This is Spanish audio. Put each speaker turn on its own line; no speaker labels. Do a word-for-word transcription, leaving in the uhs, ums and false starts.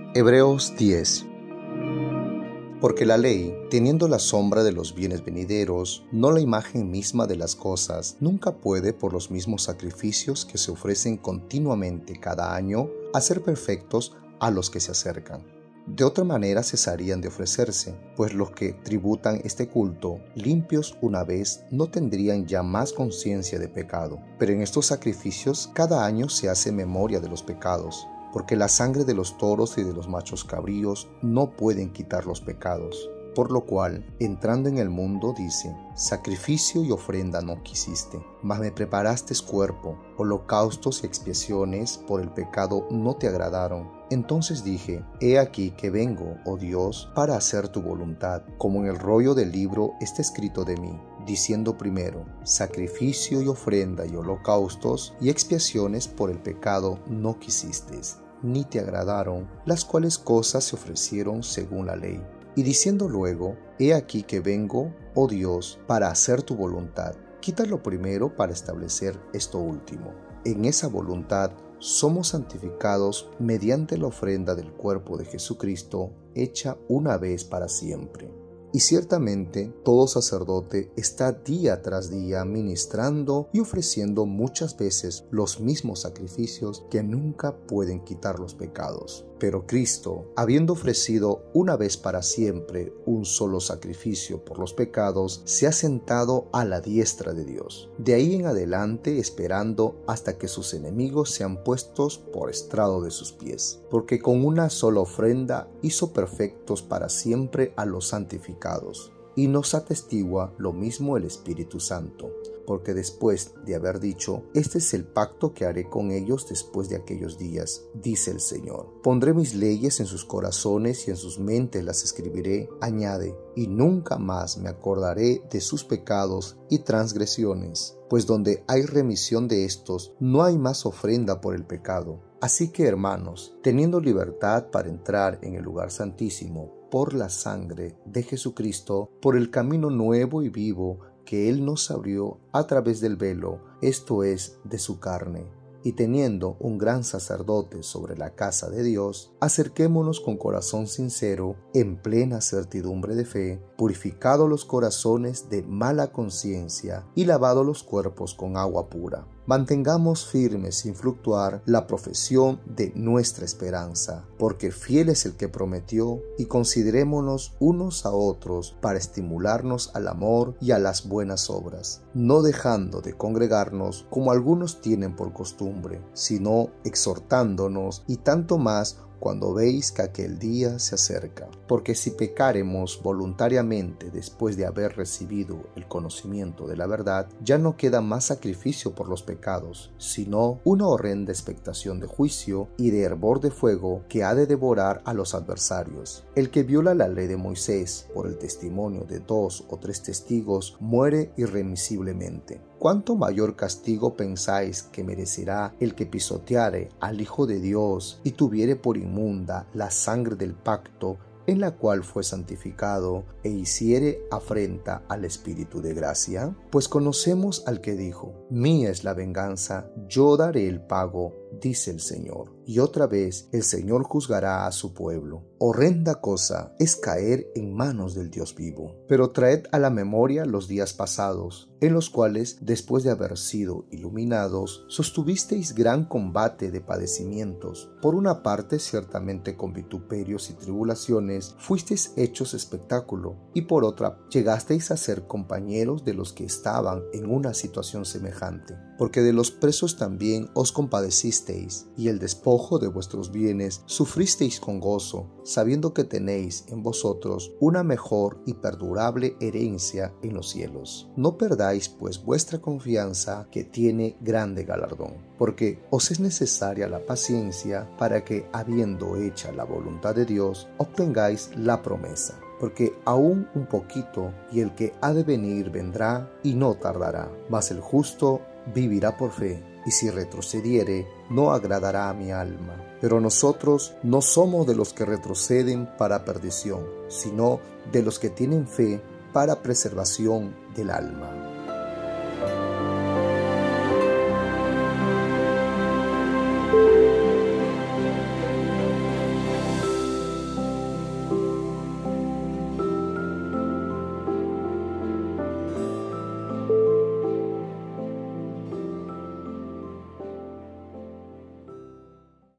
Hebreos diez. Porque la ley, teniendo la sombra de los bienes venideros, no la imagen misma de las cosas, nunca puede, por los mismos sacrificios que se ofrecen continuamente cada año, hacer perfectos a los que se acercan. De otra manera cesarían de ofrecerse, pues los que tributan este culto, limpios una vez, no tendrían ya más conciencia de pecado. Pero en estos sacrificios cada año se hace memoria de los pecados, porque la sangre de los toros y de los machos cabríos no pueden quitar los pecados. Por lo cual, entrando en el mundo, dice: sacrificio y ofrenda no quisiste, mas me preparaste cuerpo, holocaustos y expiaciones por el pecado no te agradaron. Entonces dije: he aquí que vengo, oh Dios, para hacer tu voluntad, como en el rollo del libro está escrito de mí, diciendo primero: sacrificio y ofrenda y holocaustos y expiaciones por el pecado no quisiste, ni te agradaron, las cuales cosas se ofrecieron según la ley. Y diciendo luego: he aquí que vengo, oh Dios, para hacer tu voluntad. Quita lo primero para establecer esto último. En esa voluntad somos santificados mediante la ofrenda del cuerpo de Jesucristo, hecha una vez para siempre. Y ciertamente todo sacerdote está día tras día ministrando y ofreciendo muchas veces los mismos sacrificios que nunca pueden quitar los pecados. Pero Cristo, habiendo ofrecido una vez para siempre un solo sacrificio por los pecados, se ha sentado a la diestra de Dios. De ahí en adelante esperando hasta que sus enemigos sean puestos por estrado de sus pies. Porque con una sola ofrenda hizo perfectos para siempre a los santificados. Y nos atestigua lo mismo el Espíritu Santo, porque después de haber dicho: este es el pacto que haré con ellos después de aquellos días, dice el Señor, pondré mis leyes en sus corazones y en sus mentes las escribiré, añade, y nunca más me acordaré de sus pecados y transgresiones, pues donde hay remisión de estos, no hay más ofrenda por el pecado. Así que, hermanos, teniendo libertad para entrar en el lugar santísimo, por la sangre de Jesucristo, por el camino nuevo y vivo que Él nos abrió a través del velo, esto es, de su carne, y teniendo un gran sacerdote sobre la casa de Dios, acerquémonos con corazón sincero, en plena certidumbre de fe, purificado los corazones de mala conciencia y lavado los cuerpos con agua pura. Mantengamos firme sin fluctuar la profesión de nuestra esperanza, porque fiel es el que prometió, y considerémonos unos a otros para estimularnos al amor y a las buenas obras, no dejando de congregarnos como algunos tienen por costumbre, sino exhortándonos, y tanto más cuando veis que aquel día se acerca. Porque si pecáremos voluntariamente después de haber recibido el conocimiento de la verdad, ya no queda más sacrificio por los pecados, sino una horrenda expectación de juicio y de hervor de fuego que ha de devorar a los adversarios. El que viola la ley de Moisés por el testimonio de dos o tres testigos muere irremisiblemente. ¿Cuánto mayor castigo pensáis que merecerá el que pisoteare al Hijo de Dios y tuviere por inmunda la sangre del pacto en la cual fue santificado, e hiciere afrenta al Espíritu de gracia? Pues conocemos al que dijo: mía es la venganza, yo daré el pago, dice el Señor. Y otra vez el Señor juzgará a su pueblo. Horrenda cosa es caer en manos del Dios vivo. Pero traed a la memoria los días pasados, en los cuales, después de haber sido iluminados, sostuvisteis gran combate de padecimientos. Por una parte, ciertamente con vituperios y tribulaciones, fuisteis hechos espectáculo, y por otra, llegasteis a ser compañeros de los que estaban en una situación semejante. Porque de los presos también os compadecisteis, y el despojo de vuestros bienes sufristeis con gozo, sabiendo que tenéis en vosotros una mejor y perdurable herencia en los cielos. No perdáis pues vuestra confianza, que tiene grande galardón, porque os es necesaria la paciencia para que, habiendo hecha la voluntad de Dios, obtengáis la promesa. Porque aún un poquito, y el que ha de venir vendrá y no tardará, mas el justo vivirá por fe, y si retrocediere, no agradará a mi alma. Pero nosotros no somos de los que retroceden para perdición, sino de los que tienen fe para preservación del alma.